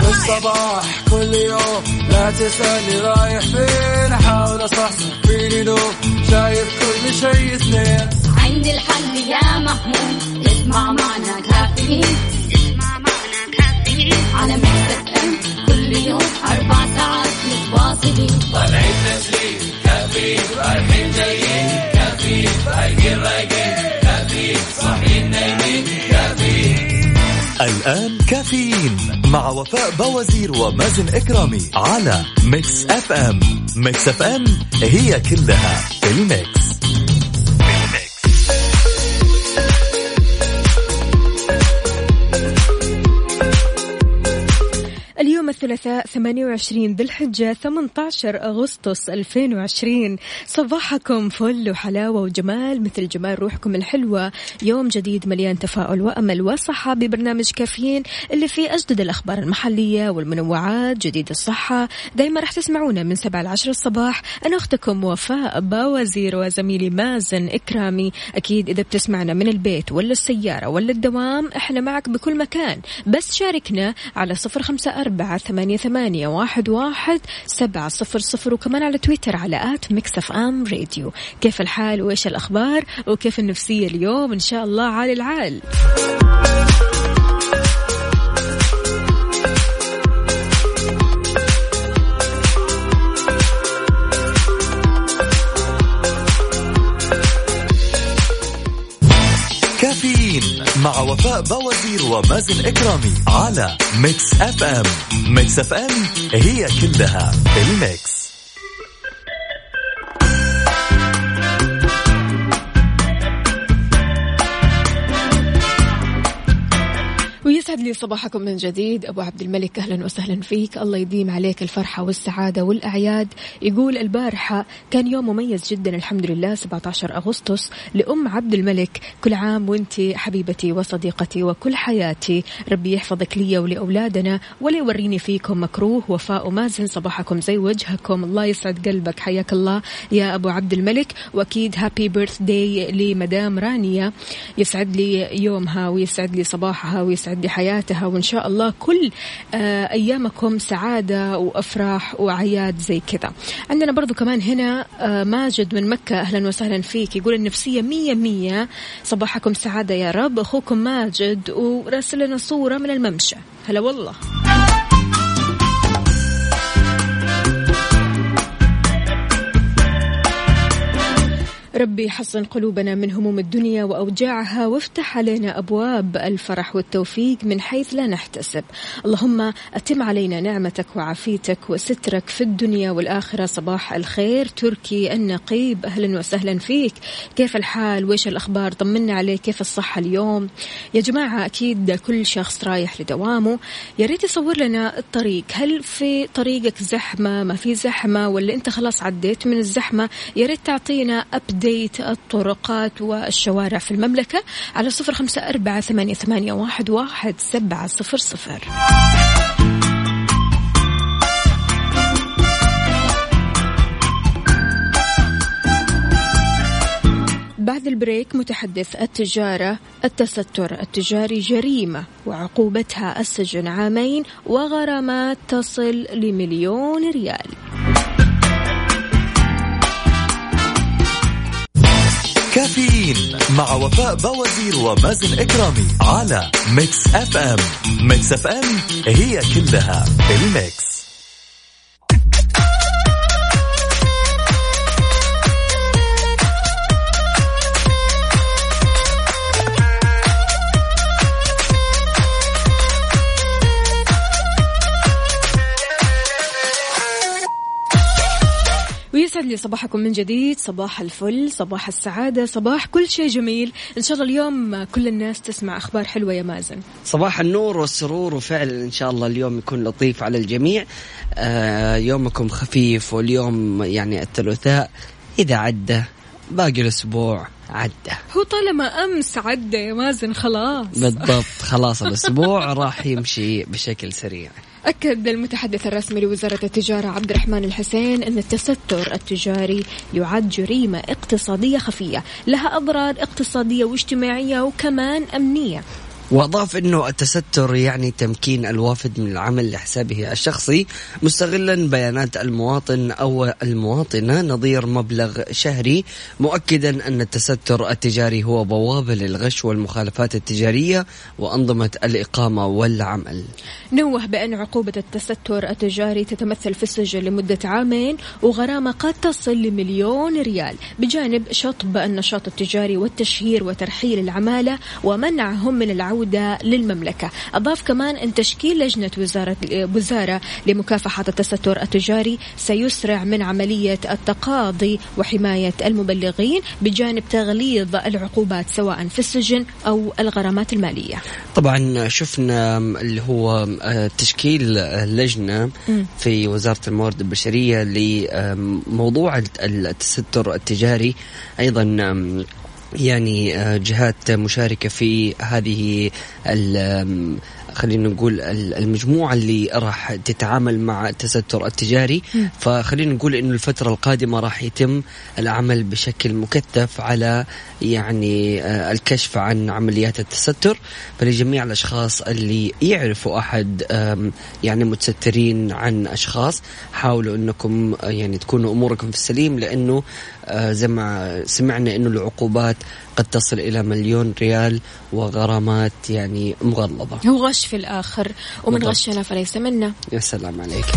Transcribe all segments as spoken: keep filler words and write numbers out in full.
الصباح كل يوم لا تسألني رايح فين، أحاول أصحصح فيني لو شايف كل شيء اثنين. عندي الحل يا محمود، اسمع معنا كافيين، اسمع معنا كافيين على ميكس اف ام كل يوم أربع ساعات متواصلين. طالعين تسليم كافيين، رايحين جايين كافيين، رايقين رايقين كافيين، صاحيين نايمين كافيين. الآن كافيين مع وفاء بوازير ومازن إكرامي على ميكس اف ام. ميكس اف ام هي كلها الميكس. اليوم الثلاثاء ثمانية وعشرين ذي الحجة ثمانية عشر أغسطس ألفين وعشرين. صباحكم فل وحلاوة وجمال مثل جمال روحكم الحلوة. يوم جديد مليان تفاؤل وأمل وصحة ببرنامج كافيين اللي فيه أجدد الأخبار المحلية والمنوعات، جديد الصحة. دايما رح تسمعونا من سبعة لعشرة الصباح. أنا أختكم وفاء باوزير وزميلي مازن إكرامي. أكيد إذا بتسمعنا من البيت ولا السيارة ولا الدوام إحنا معك بكل مكان، بس شاركنا على صفر خمسة أربعة ثمانية ثمانية واحد واحد سبعة صفر صفر، وكمان على تويتر على آت ميكس أف أم راديو. كيف الحال وإيش الأخبار وكيف النفسية اليوم؟ إن شاء الله عال العال. كافيين مع وفاء بوازير ومازن إكرامي على ميكس اف ام. ميكس اف ام هي كلها الميكس. ويسعد لي صباحكم من جديد. أبو عبد الملك أهلا وسهلا فيك، الله يديم عليك الفرحة والسعادة والأعياد. يقول البارحة كان يوم مميز جدا الحمد لله، سبعة عشر أغسطس لأم عبد الملك. كل عام وانتي حبيبتي وصديقتي وكل حياتي، ربي يحفظك لي ولأولادنا ولا يوريني فيكم مكروه. وفاء ومازن صباحكم زي وجهكم، الله يسعد قلبك، حياك الله يا أبو عبد الملك. وأكيد هابي بيرث داي لمدام رانيا، يسعد لي يومها ويسعد لي صباحها ويسعد لي حياتها، وإن شاء الله كل آه أيامكم سعادة وأفراح وعياد زي كذا. عندنا برضو كمان هنا آه ماجد من مكة، أهلا وسهلا فيك. يقول النفسية مية مية، صباحكم سعادة يا رب. أخوكم ماجد ورسل لنا صورة من الممشى. هلا والله. ربي حصن قلوبنا من هموم الدنيا وأوجاعها، وافتح علينا أبواب الفرح والتوفيق من حيث لا نحتسب. اللهم أتم علينا نعمتك وعافيتك وسترك في الدنيا والآخرة. صباح الخير تركي النقيب، أهلا وسهلا فيك. كيف الحال وإيش الأخبار؟ طمنا عليك، كيف الصحة اليوم يا جماعة؟ أكيد كل شخص رايح لدوامه، يا ريت يصور لنا الطريق. هل في طريقك زحمة، ما في زحمة، ولا أنت خلاص عديت من الزحمة؟ يا ريت تعطينا أبديت الطرقات والشوارع في المملكة على صفر خمسة أربعة ثمانية ثمانية واحد واحد سبعة صفر صفر. بعد البريك متحدث التجارة، التستر التجاري جريمة وعقوبتها السجن عامين وغرامات تصل لمليون ريال. كافيين مع وفاء بوازير ومازن إكرامي على ميكس اف ام. ميكس اف ام هي كلها الميكس. ويسعد لي صباحكم من جديد، صباح الفل، صباح السعادة، صباح كل شيء جميل. إن شاء الله اليوم كل الناس تسمع أخبار حلوة يا مازن. صباح النور والسرور، وفعلا إن شاء الله اليوم يكون لطيف على الجميع. آه يومكم خفيف، واليوم يعني الثلاثاء إذا عدى باقي الأسبوع عدى. هو طالما أمس عدى يا مازن خلاص. بالضبط، خلاص الأسبوع راح يمشي بشكل سريع. أكد المتحدث الرسمي لوزارة التجارة عبد الرحمن الحسين أن التستر التجاري يعد جريمة اقتصادية خفية لها أضرار اقتصادية واجتماعية وكمان أمنية. وأضاف أنه التستر يعني تمكين الوافد من العمل لحسابه الشخصي مستغلا بيانات المواطن أو المواطنة نظير مبلغ شهري، مؤكدا أن التستر التجاري هو بوابة للغش والمخالفات التجارية وأنظمة الإقامة والعمل. نوه بأن عقوبة التستر التجاري تتمثل في السجن لمدة عامين وغرامة قد تصل لمليون ريال، بجانب شطب النشاط التجاري والتشهير وترحيل العمالة ومنعهم من العودة للمملكة. أضاف كمان أن تشكيل لجنة وزارة وزارة لمكافحة التستر التجاري سيسرع من عملية التقاضي وحماية المبلغين، بجانب تغليظ العقوبات سواء في السجن أو الغرامات المالية. طبعا شفنا اللي هو تشكيل لجنة في وزارة الموارد البشرية لموضوع التستر التجاري، أيضا يعني جهات مشاركة في هذه خلينا نقول المجموعة اللي راح تتعامل مع التستر التجاري. فخلينا نقول إنه الفترة القادمة راح يتم العمل بشكل مكثف على يعني الكشف عن عمليات التستر، فلجميع الأشخاص اللي يعرفوا أحد يعني متسترين عن أشخاص حاولوا إنكم يعني تكونوا أموركم في السليم، لأنه زي ما سمعنا إنه العقوبات قد تصل إلى مليون ريال وغرامات يعني مغلظة. هو غش في الآخر، ومن بالضبط. غشنا فليس منا. يا سلام عليك.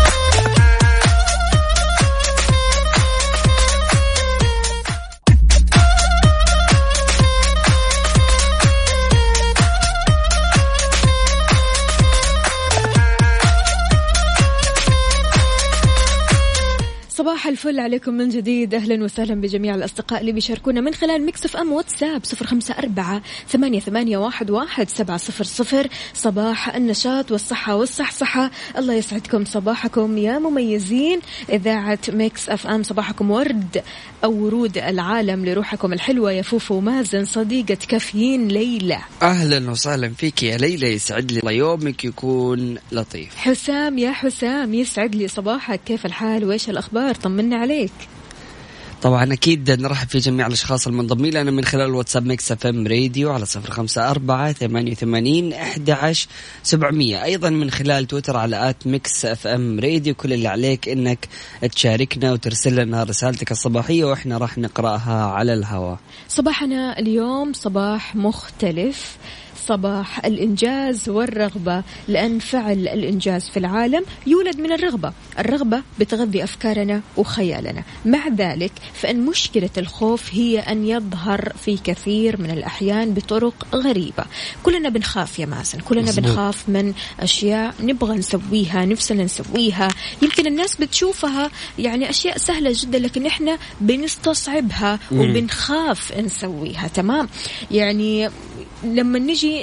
صباح الفل عليكم من جديد، أهلا وسهلا بجميع الأصدقاء اللي بيشاركونا من خلال ميكس اف ام واتساب صفر خمسة أربعة ثمانية ثمانية واحد واحد سبعة صفر صفر. صباح النشاط والصحة والصحصحة، الله يسعدكم صباحكم يا مميزين. إذاعة ميكس اف ام صباحكم ورد أو ورود العالم لروحكم الحلوة يا فوفو مازن صديقة كافيين ليلى. أهلا وسهلا فيك يا ليلى، يسعد لي يومك يكون لطيف. حسام يا حسام يسعد لي صباحك، كيف الحال وإيش الأخبار؟ طمنا عليك. طبعا أكيد نرحب في جميع الأشخاص المنضمين لنا من خلال الواتساب ميكس اف ام راديو على صفر خمسة أربعة ثمانية ثمانين أحد عشر سبعمية، أيضا من خلال تويتر على آت ميكس اف ام راديو. كل اللي عليك إنك تشاركنا وترسل لنا رسالتك الصباحية وإحنا راح نقرأها على الهواء. صباحنا اليوم صباح مختلف، صباح الإنجاز والرغبة، لأن فعل الإنجاز في العالم يولد من الرغبة. الرغبة بتغذي أفكارنا وخيالنا. مع ذلك فإن مشكلة الخوف هي أن يظهر في كثير من الأحيان بطرق غريبة. كلنا بنخاف يا مازن، كلنا مزبوط. بنخاف من أشياء نبغى نسويها، نفسنا نسويها، يمكن الناس بتشوفها يعني أشياء سهلة جدا، لكن إحنا بنستصعبها وبنخاف نسويها. تمام، يعني لما نجي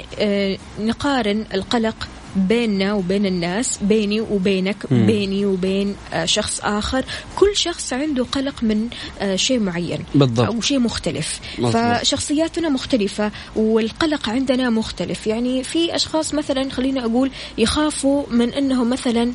نقارن القلق بيننا وبين الناس، بيني وبينك، م. بيني وبين شخص آخر، كل شخص عنده قلق من شيء معين بالضبط. أو شيء مختلف مظبوط. فشخصياتنا مختلفة والقلق عندنا مختلف. يعني في أشخاص مثلا خلينا أقول يخافوا من أنهم مثلا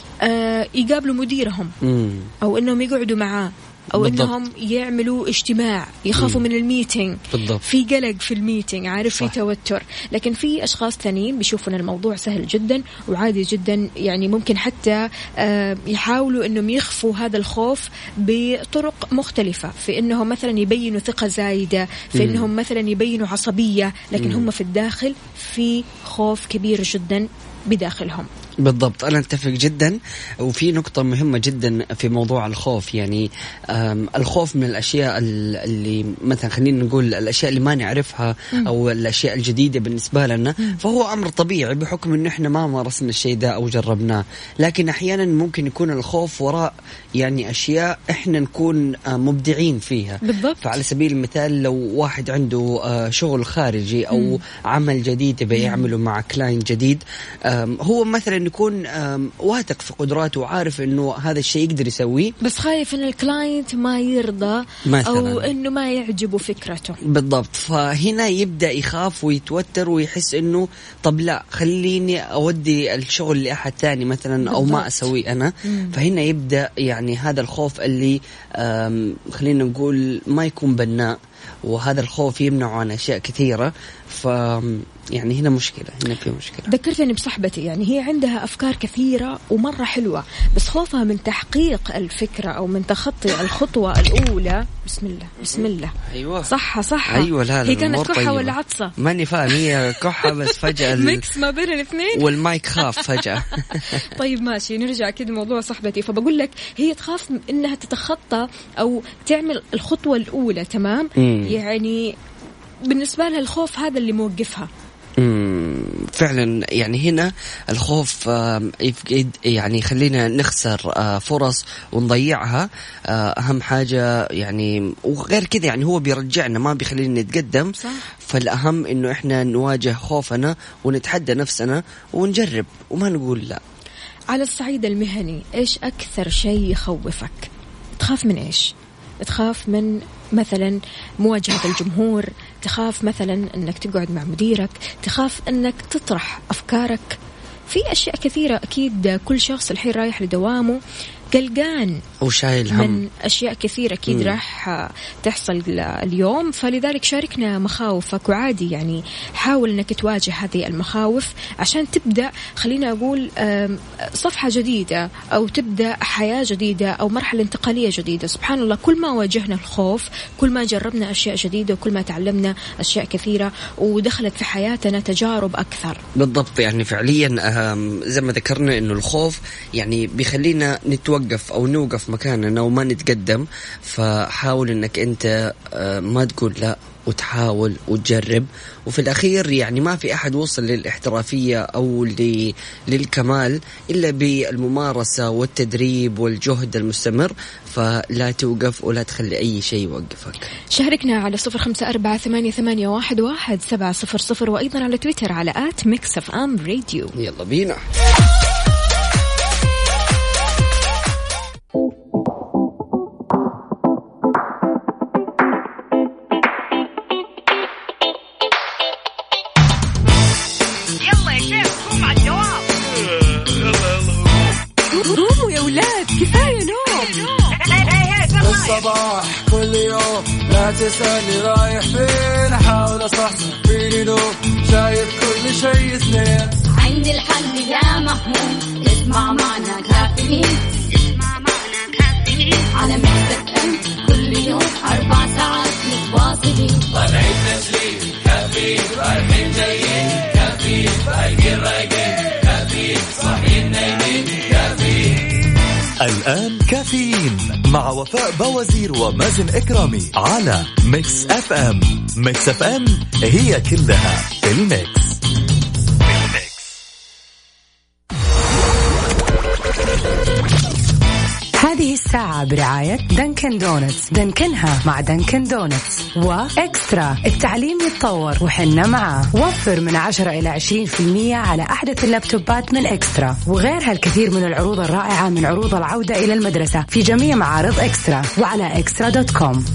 يقابلوا مديرهم م. أو أنهم يقعدوا معاه أو بالضبط. إنهم يعملوا اجتماع، يخافوا مم. من الميتينج بالضبط. في قلق في الميتينج، عارف، صح. في توتر. لكن في أشخاص ثانيين بيشوفوا أن الموضوع سهل جدا وعادي جدا، يعني ممكن حتى يحاولوا أنهم يخفوا هذا الخوف بطرق مختلفة، في أنهم مثلا يبينوا ثقة زايدة، في مم. أنهم مثلا يبينوا عصبية، لكن مم. هم في الداخل في خوف كبير جدا بداخلهم. بالضبط، أنا أتفق جدا. وفي نقطة مهمة جدا في موضوع الخوف، يعني الخوف من الأشياء اللي مثلا خلينا نقول الأشياء اللي ما نعرفها أو الأشياء الجديدة بالنسبة لنا، فهو أمر طبيعي بحكم إنه إحنا ما مارسنا الشيء ده أو جربناه. لكن أحيانا ممكن يكون الخوف وراء يعني أشياء إحنا نكون مبدعين فيها. بالضبط. فعلى سبيل المثال لو واحد عنده شغل خارجي أو مم. عمل جديد بيعمله مع كلاين جديد، هو مثلا يكون واثق في قدراته وعارف انه هذا الشيء يقدر يسويه، بس خايف ان الكلاينت ما يرضى مثلاً. او انه ما يعجبه فكرته. بالضبط، فهنا يبدا يخاف ويتوتر ويحس انه طب لا خليني اودي الشغل لاحد ثاني مثلا بالضبط. او ما اسويه انا. مم. فهنا يبدا يعني هذا الخوف اللي خلينا نقول ما يكون بناء، وهذا الخوف يمنعه عن أشياء كثيرة. ف يعني هنا مشكلة، هنا في مشكلة. ذكرتني بصحبتي، يعني هي عندها أفكار كثيرة ومرة حلوة، بس خوفها من تحقيق الفكرة أو من تخطي الخطوة الأولى. بسم الله بسم الله. أيوة صح صح. أيوة لا لا هي كانت كحة ولا عطسة؟ ماني فاهم، هي كحة بس فجأة ميكس ما بين الاثنين والمايك خاف فجأة. طيب ماشي، نرجع كده موضوع صحبتي. فبقول لك هي تخاف إنها تتخطى أو تعمل الخطوة الأولى. تمام. مم. يعني بالنسبة لها الخوف هذا اللي موقفها. امم فعلا، يعني هنا الخوف يفقد، يعني خلينا نخسر فرص ونضيعها. أهم حاجة يعني، وغير كذا يعني هو بيرجعنا، ما بيخلينا نتقدم. صح. فالأهم إنه إحنا نواجه خوفنا ونتحدى نفسنا ونجرب وما نقول لا. على الصعيد المهني، إيش أكثر شيء يخوفك؟ تخاف من إيش؟ تخاف من مثلا مواجهة الجمهور، تخاف مثلا أنك تقعد مع مديرك، تخاف أنك تطرح أفكارك في أشياء كثيرة. أكيد كل شخص الحين رايح لدوامه قلقان وشايل هم من أشياء كثيرة أكيد راح تحصل اليوم. فلذلك شاركنا مخاوفك، وعادي يعني حاول أنك تواجه هذه المخاوف عشان تبدأ، خلينا أقول صفحة جديدة أو تبدأ حياة جديدة أو مرحلة انتقالية جديدة. سبحان الله، كل ما واجهنا الخوف كل ما جربنا أشياء جديدة وكل ما تعلمنا أشياء كثيرة ودخلت في حياتنا تجارب أكثر. بالضبط، يعني فعليا زي ما ذكرنا إنه الخوف يعني بيخلينا نتوقف أو نوقف مكاننا وما نتقدم. فحاول إنك أنت ما تقول لا وتحاول وتجرب. وفي الأخير يعني ما في أحد وصل للاحترافية أو للكمال إلا بالممارسة والتدريب والجهد المستمر. فلا توقف ولا تخلي أي شيء يوقفك. شاركنا على صفر خمسة أربعة ثمانية ثمانية واحد واحد سبعة صفر صفر، وأيضا على تويتر على آت ميكس أف أم راديو. يلا بينا. الصباح كل يوم لا تسألني رايح فين، أحاول أصحصح فيني لو شايف كل شيء سنين. عندي الحل يا محمود، اسمع معنا كافيين، اسمع معنا كافيين على ميكس أف أم كل يوم أربع ساعات متواصلين. طالعين تسليم كافيين، رايحين جايين كافيين، رايقين رايقين كافيين، صاحيين نايمين كافيين. الآن كافيين مع وفاء بوازير ومازن إكرامي على ميكس أف أم. ميكس أف أم هي كلها في الميكس. هذه الساعة برعاية دانكن دونتس، دانكنها مع دانكن دونتس، وإكسترا التعليم يتطور وحنا معاه. وفر من عشرة إلى عشرين في المية على أحدث اللابتوبات من إكسترا، وغيرها الكثير من العروض الرائعة من عروض العودة إلى المدرسة في جميع معارض إكسترا وعلى إكسترا دوت كوم.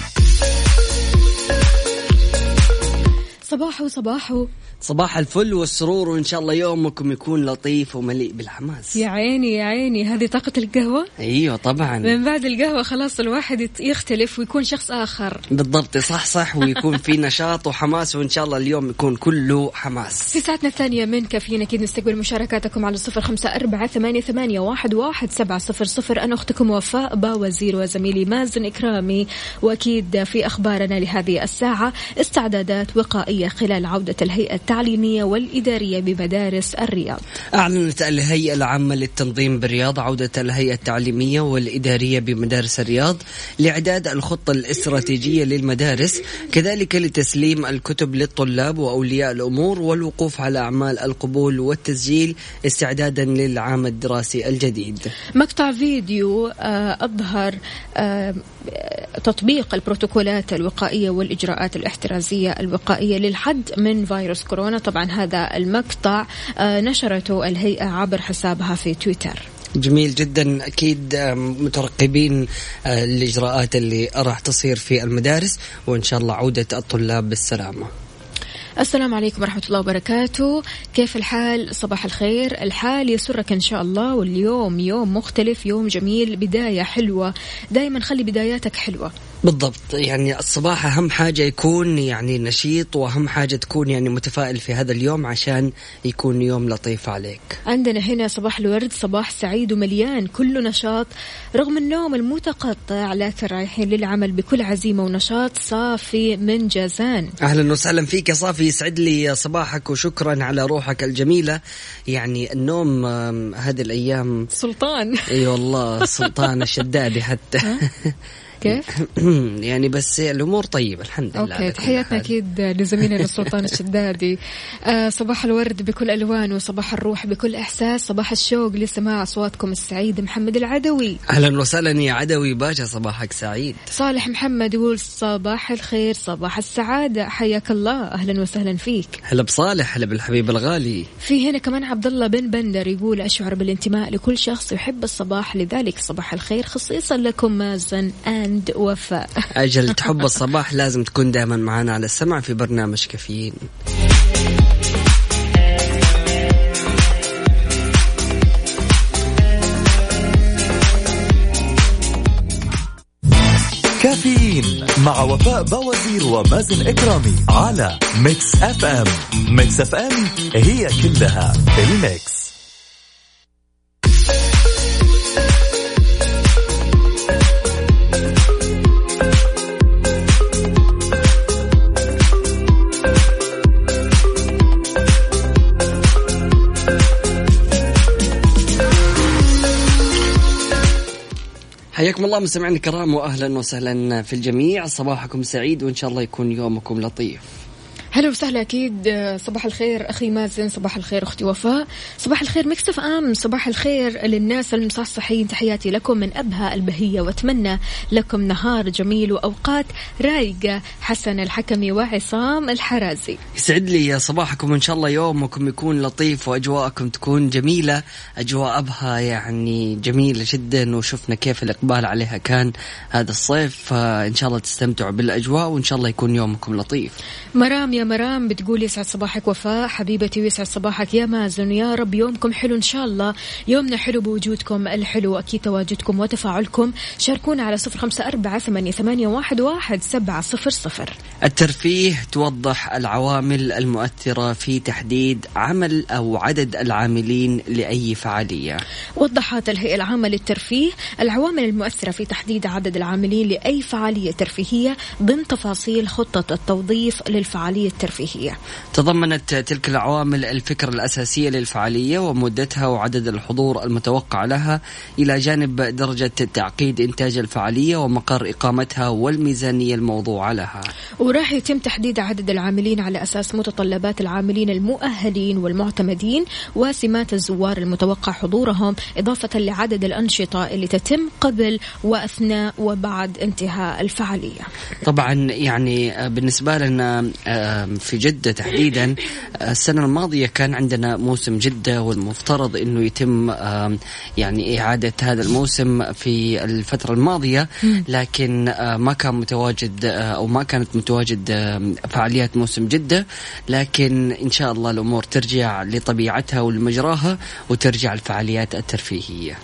صباحو صباحو صباح الفل والسرور، وإن شاء الله يومكم يكون لطيف ومليء بالحماس. يا عيني يا عيني، هذه طاقة القهوة. أيوة طبعا، من بعد القهوة خلاص الواحد يختلف ويكون شخص آخر. بالضبط، صح صح، ويكون في نشاط وحماس، وإن شاء الله اليوم يكون كله حماس. في ساعتنا الثانية من كافيين أكيد نستقبل مشاركاتكم على صفر خمسة أربعة ثمانية ثمانية واحد واحد سبعة صفر صفر. أنا أختكم وفاء باوزير وزميلي مازن إكرامي، وأكيد في أخبارنا لهذه الساعة استعدادات وقائية خلال عودة الهيئة التعليمية والإدارية بمدارس الرياض. أعلنت الهيئة العامة للتنظيم بالرياض عودة الهيئة التعليمية والإدارية بمدارس الرياض لإعداد الخطة الاستراتيجية للمدارس، كذلك لتسليم الكتب للطلاب وأولياء الأمور، والوقوف على أعمال القبول والتسجيل استعدادا للعام الدراسي الجديد. مقطع فيديو أظهر تطبيق البروتوكولات الوقائية والإجراءات الاحترازية الوقائية للحد من فيروس كورونا. طبعا هذا المقطع نشرته الهيئة عبر حسابها في تويتر. جميل جدا، أكيد مترقبين الإجراءات اللي راح تصير في المدارس، وإن شاء الله عودة الطلاب بالسلامة. السلام عليكم ورحمة الله وبركاته، كيف الحال؟ صباح الخير، الحال يسرك إن شاء الله، واليوم يوم مختلف، يوم جميل، بداية حلوة، دايما خلي بداياتك حلوة. بالضبط، يعني الصباح أهم حاجة يكون يعني نشيط، وأهم حاجة تكون يعني متفائل في هذا اليوم عشان يكون يوم لطيف عليك. عندنا هنا صباح الورد، صباح سعيد ومليان كله نشاط رغم النوم المتقطع، لكن رايحين للعمل بكل عزيمة ونشاط. صافي من جازان. أهلا وسهلا فيك يا صافي، يسعد لي صباحك وشكرا على روحك الجميلة. يعني النوم هذه الأيام سلطان. اي والله سلطان الشدادي حتى. كيف؟ يعني بس الأمور طيبة الحمد لله. أوكي، تحياتنا أكيد لزميلنا السلطان الشدادي. آه صباح الورد بكل ألوان، وصباح الروح بكل إحساس، صباح الشوق لسماع أصواتكم السعيد. محمد العدوي، أهلا وسهلا يا عدوي باشا، صباحك سعيد. صالح محمد يقول صباح الخير صباح السعادة، حياك الله، أهلا وسهلا فيك. هلا بصالح، هلا بالحبيب الغالي. في هنا كمان عبد الله بن بندر يقول أشعر بالانتماء لكل شخص يحب الصباح، لذلك صباح الخير خصيصا لكم مازن أند وفاء. أجل تحب الصباح لازم تكون دائما معنا على السمع في برنامج كافيين. كافيين مع وفاء بوازير ومازن إكرامي على ميكس اف ام. ميكس اف ام هي كلها الميكس. حياكم الله مستمعينا الكرام، واهلا وسهلا في الجميع. صباحكم سعيد وان شاء الله يكون يومكم لطيف. هلا وسهلا. أكيد صباح الخير أخي مازن، صباح الخير أختي وفاء، صباح الخير ميكس اف ام، صباح الخير للناس المصحصحين. تحياتي لكم من أبها البهية، وأتمنى لكم نهار جميل وأوقات رايقة. حسن الحكمي وعصام الحرازي. يسعد لي صباحكم، وإن شاء الله يومكم يكون لطيف وأجواءكم تكون جميلة. أجواء أبها يعني جميلة جدا، وشفنا كيف الإقبال عليها كان هذا الصيف، فإن شاء الله تستمتعوا بالأجواء وإن شاء الله يكون يومكم لطيف. مرام يا مرام بتقول يسعد صباحك وفاء حبيبتي، ويسعد صباحك يا مازن، يا رب يومكم حلو إن شاء الله. يومنا حلو بوجودكم الحلو، أكيد تواجدكم وتفاعلكم. شاركونا على صفر خمسة أربعة ثمانية ثمانية واحد واحد سبعة صفر صفر. الترفيه توضح العوامل المؤثرة في تحديد عمل أو عدد العاملين لأي فعالية. وضحت الهيئة العامة للترفيه العوامل المؤثرة في تحديد عدد العاملين لأي فعالية ترفيهية ضمن تفاصيل خطة التوظيف للفعالية الترفيهية. تضمنت تلك العوامل الفكرة الأساسية للفعالية ومدتها وعدد الحضور المتوقع لها، إلى جانب درجة تعقيد إنتاج الفعالية ومقر إقامتها والميزانية الموضوعة لها. وراح يتم تحديد عدد العاملين على أساس متطلبات العاملين المؤهلين والمعتمدين وسمات الزوار المتوقع حضورهم، إضافة لعدد الأنشطة اللي تتم قبل وأثناء وبعد انتهاء الفعالية. طبعا يعني بالنسبة لنا في جدة تحديدا، السنة الماضية كان عندنا موسم جدة، والمفترض أنه يتم يعني إعادة هذا الموسم في الفترة الماضية، لكن ما كان متواجد أو ما كانت متواجد فعاليات موسم جدة، لكن إن شاء الله الأمور ترجع لطبيعتها ولمجراها وترجع الفعاليات الترفيهية.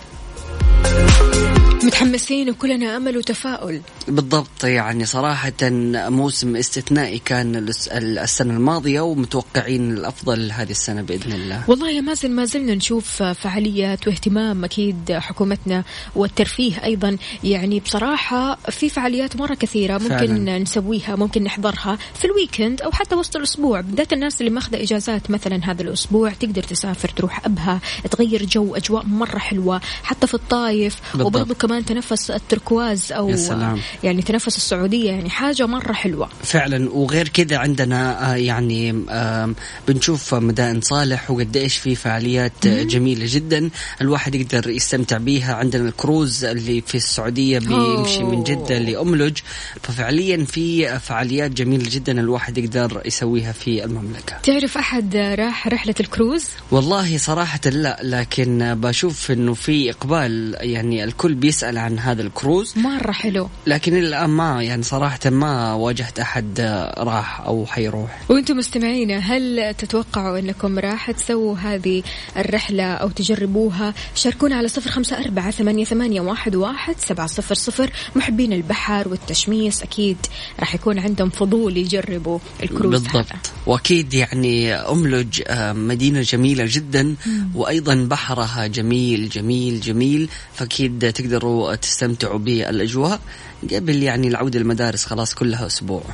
متحمسين وكلنا أمل وتفاؤل. بالضبط، يعني صراحة موسم استثنائي كان السنة الماضية، ومتوقعين الأفضل هذه السنة بإذن الله. والله يا مازن ما زلنا نشوف فعاليات واهتمام أكيد حكومتنا والترفيه أيضا. يعني بصراحة في فعاليات مرة كثيرة ممكن فعلا نسويها، ممكن نحضرها في الويكند أو حتى وسط الأسبوع، بالذات الناس اللي ماخذة إجازات مثلا هذا الأسبوع تقدر تسافر تروح أبها، تغير جو، أجواء مرة حلوة حتى في الطايف. وبرضو كمان تنفس التركواز أو يعني تنفس السعودية، يعني حاجة مرة حلوة فعلا. وغير كذا عندنا يعني بنشوف مدائن صالح وقديش في فعاليات جميلة جدا الواحد يقدر يستمتع بيها. عندنا الكروز اللي في السعودية بيمشي من جدة لأملج، ففعليا في فعاليات جميلة جدا الواحد يقدر يسويها في المملكة. تعرف أحد راح رحلة الكروز؟ والله صراحة لا، لكن بشوف إنه في إقبال، يعني الكل بيسعى أسأل عن هذا الكروز. مرة حلو. لكن الآن ما يعني صراحة ما واجهت أحد راح أو حيروح. وأنتم مستمعين هل تتوقعوا أنكم راح تسووا هذه الرحلة أو تجربوها؟ شاركونا على صفر خمسة أربعة ثمانية ثمانية واحد واحد سبعة صفر صفر. محبين البحر والتشميس أكيد راح يكون عندهم فضول يجربوا الكروز. بالضبط هذا. وأكيد يعني أملج مدينة جميلة جدا وأيضا بحرها جميل جميل جميل، فأكيد تقدروا تستمتعوا بالأجواء قبل يعني العودة المدارس خلاص كلها أسبوع.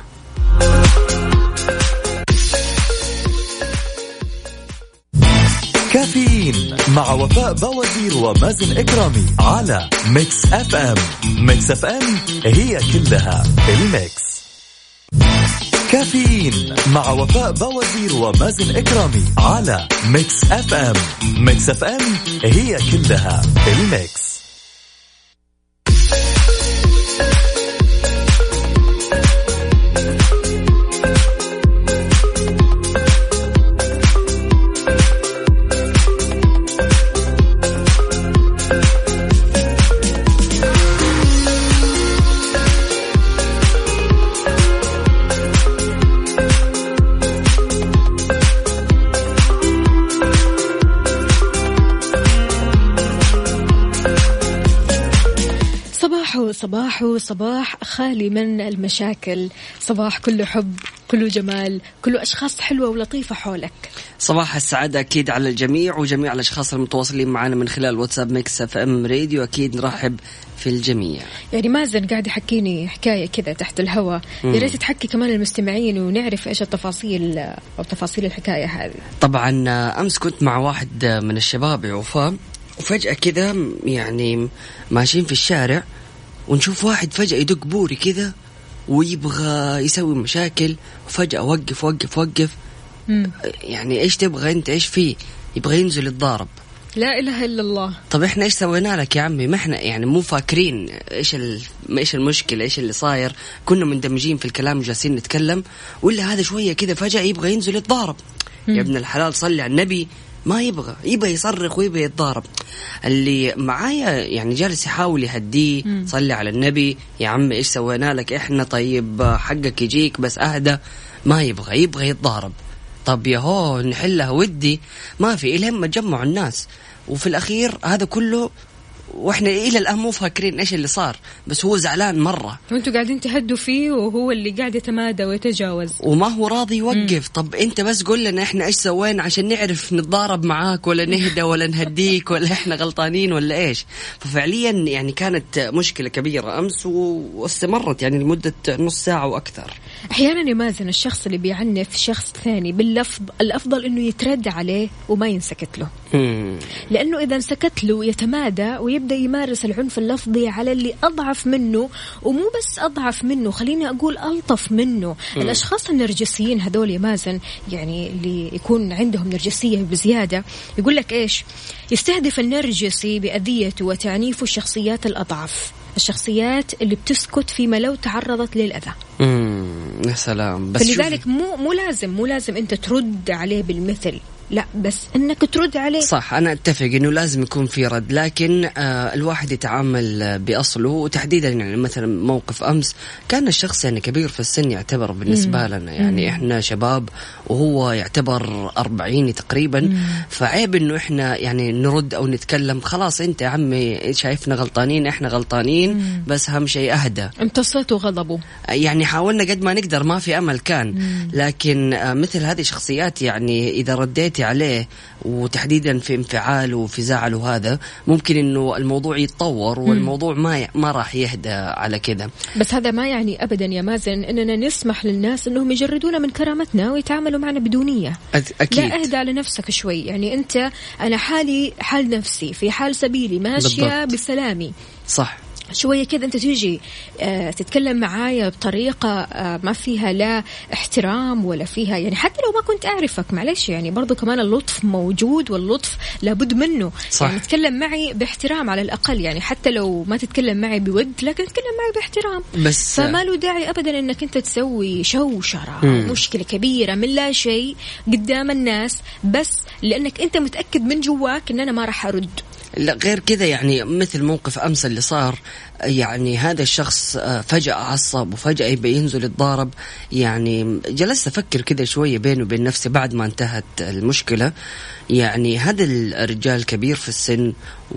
كافيين مع وفاء بوازير ومازن إكرامي على ميكس أف أم. ميكس أف أم هي كلها الميكس. كافيين مع وفاء بوازير ومازن إكرامي على ميكس أف أم. ميكس أف أم هي كلها الميكس. صباح صباح خالي من المشاكل، صباح كله حب كله جمال كله أشخاص حلوة ولطيفة حولك. صباح السعادة أكيد على الجميع وجميع الأشخاص المتواصلين معنا من خلال واتساب ميكس اف ام راديو. أكيد نرحب في الجميع. يعني مازن قاعد يحكيني حكاية كذا تحت الهواء، يا ريت تحكي كمان المستمعين ونعرف إيش التفاصيل أو تفاصيل الحكاية هذه. طبعا أمس كنت مع واحد من الشباب يا وفاء، وفجأة كذا يعني ماشيين في الشارع ونشوف واحد فجأة يدق بوري كذا ويبغى يسوي مشاكل، وفجأة وقف وقف وقف. مم. يعني إيش تبغى أنت؟ إيش فيه؟ يبغى ينزل الضارب. لا إله إلا الله. طب إحنا إيش سوينا لك يا عمي؟ ما إحنا يعني مو فاكرين إيش ال... إيش المشكلة، إيش اللي صاير. كنا مندمجين في الكلام جالسين نتكلم، ولا هذا شوية كذا فجأة يبغى ينزل الضارب. يا ابن الحلال صلي على النبي، ما يبغى يبغى يصرخ ويبغى يتضارب. اللي معايا يعني جالس يحاول يهديه، صلي على النبي يا عم ايش سوينا لك احنا؟ طيب حقك يجيك بس اهدى. ما يبغى يبغى يتضارب. طب يا هو نحلها ودي، ما في إلهم ما جمعوا الناس. وفي الأخير هذا كله واحنا الى الان مو فاكرين ايش اللي صار، بس هو زعلان مره وانتوا قاعدين تهدوا فيه وهو اللي قاعد يتمادى ويتجاوز وما هو راضي يوقف. مم. طب انت بس قول لنا احنا ايش سوينا عشان نعرف نتضارب معاك ولا نهدى ولا نهديك ولا احنا غلطانين ولا ايش. ففعليا يعني كانت مشكله كبيره امس واستمرت يعني لمده نص ساعه واكثر. احيانا يمازن الشخص اللي بيعنف شخص ثاني باللفظ، الافضل انه يترد عليه وما ينسكت له. مم. لانه اذا انسكت له يتمادى ويبدأ يمارس العنف اللفظي على اللي أضعف منه، ومو بس أضعف منه، خليني أقول ألطف منه. م. الأشخاص النرجسيين هذول يمازن يعني اللي يكون عندهم نرجسية بزيادة، يقول لك إيش؟ يستهدف النرجسي بأذيته وتعنيفه الشخصيات الأضعف، الشخصيات اللي بتسكت فيما لو تعرضت للأذى. امم يا سلام. بس فلذلك مو مو لازم مو لازم أنت ترد عليه بالمثل، لا بس انك ترد عليه. صح، انا اتفق انه لازم يكون في رد، لكن آه الواحد يتعامل باصله. وتحديدا يعني مثلا موقف امس كان الشخص يعني كبير في السن يعتبر بالنسبه مم. لنا يعني مم. احنا شباب وهو يعتبر أربعين تقريبا. مم. فعيب انه احنا يعني نرد او نتكلم. خلاص انت يا عمي شايفنا غلطانين، احنا غلطانين. مم. بس اهم شيء اهدى. امتصته غضبه يعني حاولنا قد ما نقدر، ما في امل كان. مم. لكن آه مثل هذه الشخصيات يعني اذا رديت عليه وتحديدا في انفعاله وفي زعله هذا ممكن انه الموضوع يتطور والموضوع ما ما راح يهدى على كذا. بس هذا ما يعني ابدا يا مازن اننا نسمح للناس انهم يجردونا من كرامتنا ويتعاملوا معنا بدونية. أكيد. لا، اهدى على نفسك شوي. يعني انت انا حالي حال نفسي في حال سبيلي ماشية بسلامي. صح، شوية كذا أنت تيجي آه تتكلم معايا بطريقة آه ما فيها لا احترام ولا فيها يعني حتى لو ما كنت أعرفك معلش يعني برضو كمان اللطف موجود واللطف لابد منه. صح. يعني تتكلم معي باحترام على الأقل، يعني حتى لو ما تتكلم معي بود لكن تتكلم معي باحترام. بس فما له داعي أبدا أنك أنت تسوي شوشرة مم. مشكلة كبيرة من لا شيء قدام الناس بس لأنك أنت متأكد من جواك أن أنا ما راح أرد. لا غير كذا يعني مثل موقف أمس اللي صار، يعني هذا الشخص فجأة عصب وفجأة يبي ينزل يتضارب. يعني جلست أفكر كذا شوية بيني وبين نفسي بعد ما انتهت المشكلة، يعني هذا الرجال كبير في السن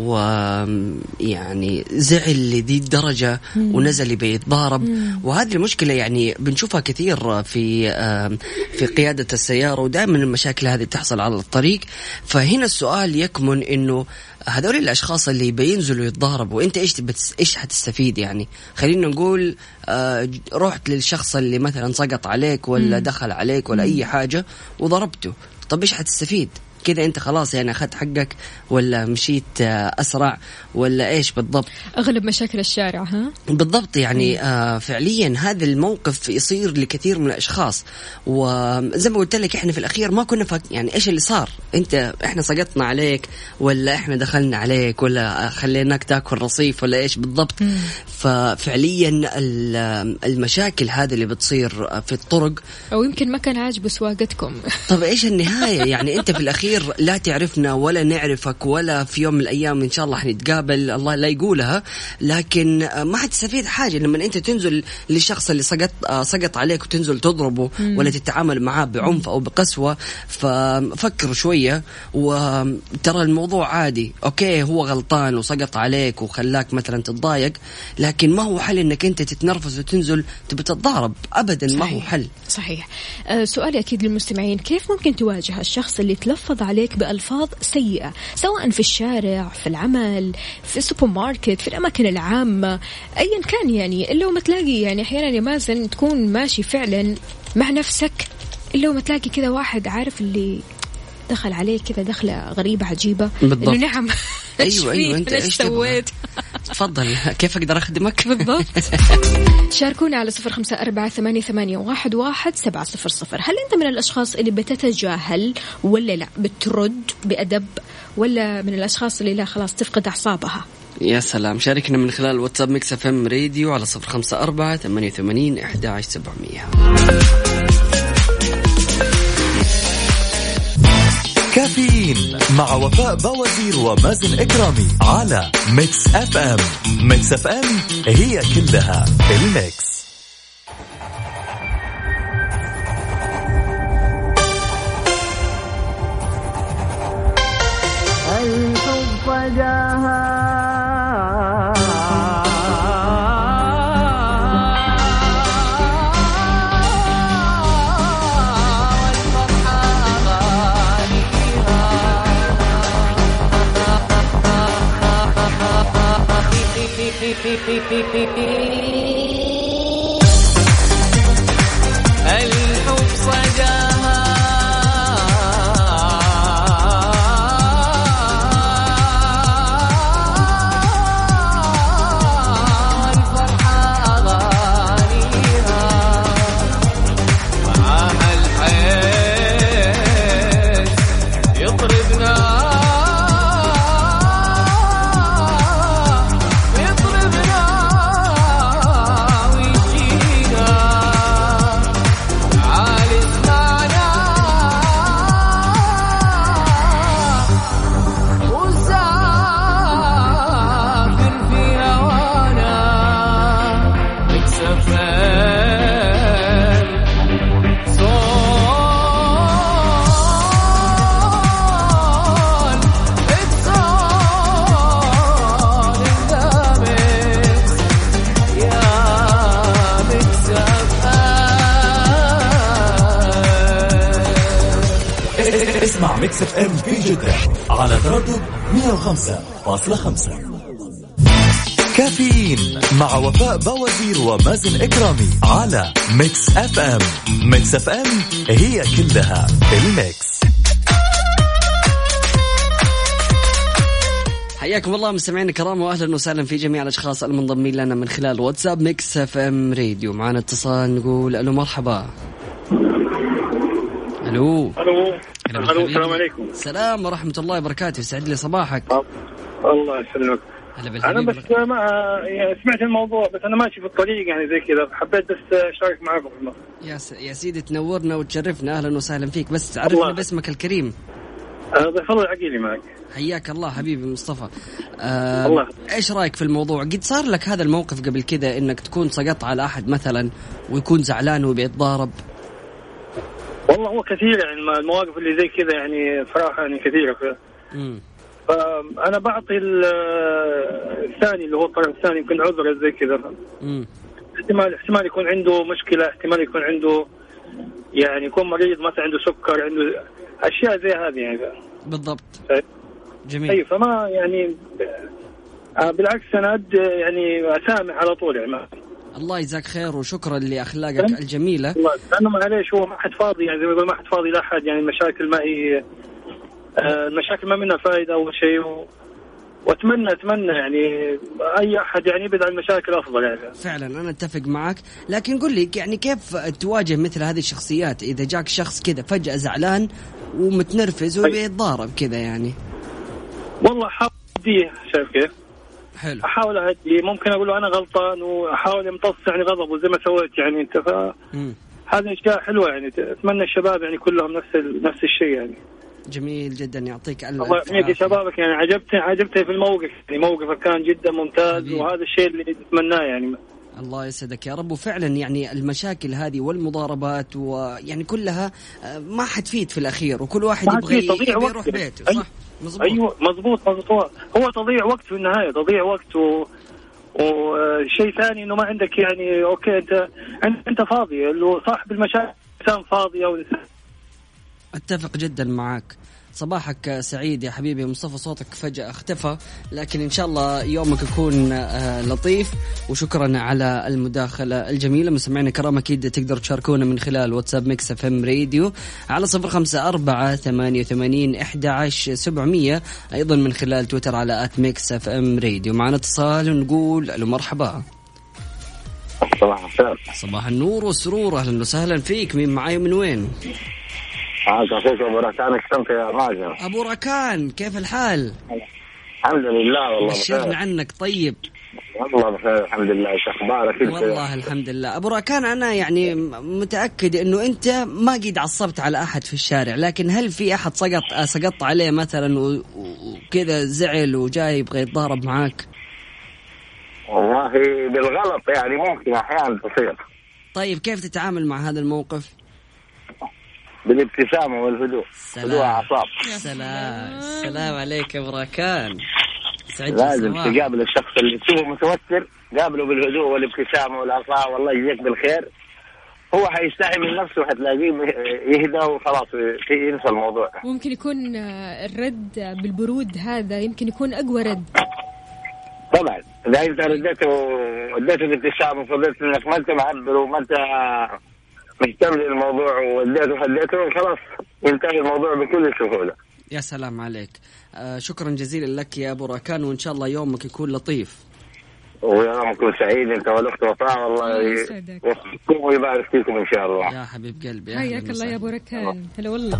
ويعني زعل لذي الدرجة ونزل يبي يتضارب. وهذه المشكلة يعني بنشوفها كثير في في قيادة السيارة، ودائما المشاكل هذه تحصل على الطريق. فهنا السؤال يكمن إنه هذول الأشخاص اللي بينزلوا يتضاربوا أنت إيش بتس إيش هتستفيد؟ يعني خلينا نقول آه رحت للشخص اللي مثلا سقط عليك ولا مم. دخل عليك ولا مم. أي حاجة وضربته، طب إيش هتستفيد؟ كده أنت خلاص يعني أخذت حقك ولا مشيت أسرع ولا إيش بالضبط؟ أغلب مشاكل الشارع ها؟ بالضبط يعني آه فعليا هذا الموقف يصير لكثير من الأشخاص، وزي ما قلت لك إحنا في الأخير ما كنا فك يعني إيش اللي صار، أنت إحنا سقطنا عليك ولا إحنا دخلنا عليك ولا خليناك تأكل رصيف ولا إيش بالضبط. مم. ففعليا المشاكل هذه اللي بتصير في الطرق، أو يمكن ما كان عاجبه سواقتكم. طب إيش النهاية؟ يعني أنت في الأخير لا تعرفنا ولا نعرفك ولا في يوم من الأيام إن شاء الله حنتقابل، الله لا يقولها، لكن ما حتستفيد حاجة لما أنت تنزل للشخص اللي سقط سقط عليك وتنزل تضربه مم. ولا تتعامل معاه بعنف أو بقسوة. ففكروا شوية وترى الموضوع عادي، أوكي هو غلطان وسقط عليك وخلاك مثلا تتضايق، لكن ما هو حل إنك أنت تتنرفز وتنزل تبي تتضارب أبدا. صحيح. ما هو حل. صحيح. أه سؤالي أكيد للمستمعين، كيف ممكن تواجه الشخص اللي تلفظ عليك بألفاظ سيئة سواء في الشارع، في العمل، في السوبر ماركت، في الأماكن العامة، أيا كان؟ يعني إلا وما تلاقي يعني أحيانا يا مازن تكون ماشي فعلا مع نفسك إلا وما تلاقي كذا واحد عارف اللي دخل عليك كذا دخلة غريبة عجيبة. بالضبط. إنه نعم أيوة أيوة أنت إيش سويت؟ تفضل كيف أقدر أخدمك؟ بالضبط. شاركونا على صفر خمسة أربعة ثمانية ثمانية واحد واحد سبعة صفر صفر. هل أنت من الأشخاص اللي بتتجاهل ولا لا بترد بأدب، ولا من الأشخاص اللي لا خلاص تفقد أعصابها؟ يا سلام، شاركنا من خلال واتساب ميكس اف ام راديو على صفر خمسة أربعة ثمانية ثمانين أحد عشر سبعمية. كافيين مع وفاء بوازير ومازن إكرامي على ميكس اف ام. ميكس اف ام هي كلها الميكس. الحب فجاها الحب صداها والفرحة أغانيها معاها الحياة يطربنا ميكس اف ام في جدة على تردد مية وخمسة فاصلة خمسة. كافيين مع وفاء بوازير ومازن إكرامي على ميكس اف ام. ميكس اف ام هي كلها الميكس. حياكم الله مستمعين الكرام واهلا وسهلا في جميع الاشخاص المنضمين لنا من خلال واتساب ميكس اف ام راديو. معنا اتصال نقول الو مرحبا. الو الو الو السلام عليكم. السلام ورحمه الله وبركاته، يسعد لي صباحك. الله يسلمك. انا بس ما يعني سمعت الموضوع، بس انا ماشي في الطريق يعني زي كذا، حبيت بس اشارك معاكم في الموضوع. يا س... يا سيدي تنورنا وتشرفنا، اهلا وسهلا فيك، بس عرفنا باسمك الكريم. ضيف الله العقيلي معك. حياك الله حبيبي مصطفى. آه الله. ايش رايك في الموضوع؟ قد صار لك هذا الموقف قبل كذا انك تكون سقطت على احد مثلا ويكون زعلان وبيتضارب؟ والله هو كثير يعني المواقف اللي زي كذا يعني صراحه يعني كثيره. ف... فانا بعطي الثاني اللي هو الطرف الثاني يمكن عذر زي كذا. احتمال احتمال يكون عنده مشكله، احتمال يكون عنده يعني يكون مريض مثلا، عنده سكر، عنده اشياء زي هذه يعني. بالضبط. جميل. اي فما يعني بالعكس انا أد يعني اسامح على طول يعني. الله يجزاك خير وشكرا لاخلاقك الجميله. والله لانه معليش هو ما حد فاضي يعني، زي ما يقول ما حد فاضي لاحد يعني. المشاكل ما هي المشاكل ما منها فائده اول شيء، و... واتمنى اتمنى يعني اي احد يعني يبعد عن المشاكل افضل يعني. فعلا انا اتفق معك، لكن قل لي يعني كيف تواجه مثل هذه الشخصيات اذا جاك شخص كذا فجاه زعلان ومتنرفز وبيتضارب كذا يعني؟ والله احاول اهديه، شايف كيف؟ حلو. احاول اهديه، ممكن اقول له انا غلطان واحاول امتص يعني غضبه زي ما سويت يعني انت. ف هذه اشياء حلوه يعني، اتمنى الشباب يعني كلهم نفس ال... نفس الشيء يعني. جميل جدا، يعطيك الف الله يحميك يا شبابك يعني. عجبتني عجبتني في الموقف يعني، موقفك كان جدا ممتاز حبيب. وهذا الشيء اللي نتمناه يعني. الله يسعدك يا رب. وفعلا يعني المشاكل هذه والمضاربات ويعني كلها ما حتفيد في الأخير، وكل واحد يبغى يروح بيته. صح مزبوط. أيوة مزبوط مزبوط. هو تضيع وقت في النهاية، تضيع وقت. و... وشيء ثاني إنه ما عندك يعني أوكي أنت أنت فاضي، اللي صاحب المشاكل إنسان فاضي أو إنسان. أتفق جدا معك. صباحك سعيد يا حبيبي مصطفى، صوتك فجأة اختفى، لكن إن شاء الله يومك يكون لطيف. وشكرا على المداخلة الجميلة. مستمعينا الكرام أكيد تقدر تشاركونا من خلال واتساب ميكس اف ام راديو على صفر خمسة أربعة ثمانية وثمانين أحد عشر سبعمية، أيضا من خلال تويتر على آت ميكس اف ام راديو. معنا اتصال ونقول ألو مرحبا. صباح الخير. صباح النور والسرور، أهلا وسهلا فيك. مين معاي من وين؟ معك أخوك أبو ركان كنت يا ماجر. أبو ركان كيف الحال؟ الحمد لله والله بخير. بشرنا عنك. طيب والله بخير الحمد لله. إيش أخبارك؟ والله الحمد لله. أبو ركان أنا يعني متأكد إنه أنت ما قد عصبت على أحد في الشارع، لكن هل في أحد سقط سقط عليه مثلا وكذا زعل وجاي يبغى يتضارب معاك؟ والله بالغلط يعني ممكن أحيانا تصير. طيب كيف تتعامل مع هذا الموقف؟ بالابتسامة والهدوء. هدوء أعصاب. سلام سلام عليك يا أبو ركان. لازم تقابل الشخص اللي تشوفه متوتر، قابله بالهدوء والابتسامة والعطاء والله يجزيك بالخير. هو حيستحي من نفسه وحتلاقيه يهدى وخلاص ينسى الموضوع. ممكن يكون الرد بالبرود، هذا يمكن يكون أقوى رد. طبعا إذا أنت رديته وديته الابتسامة وفضلت إنك ما أنت معبر وما أنت مهتم للموضوع ووديته وحديته خلاص ينتهي الموضوع بكل سهولة. يا سلام عليك. آه شكرا جزيلا لك يا أبو ركان، وإن شاء الله يومك يكون لطيف ويومك يكون سعيد أنت والأخت وفاء. والله يوفقكم ويبارك فيكم إن شاء الله يا حبيب قلبي. حياك الله يا أبو ركان. هلا والله.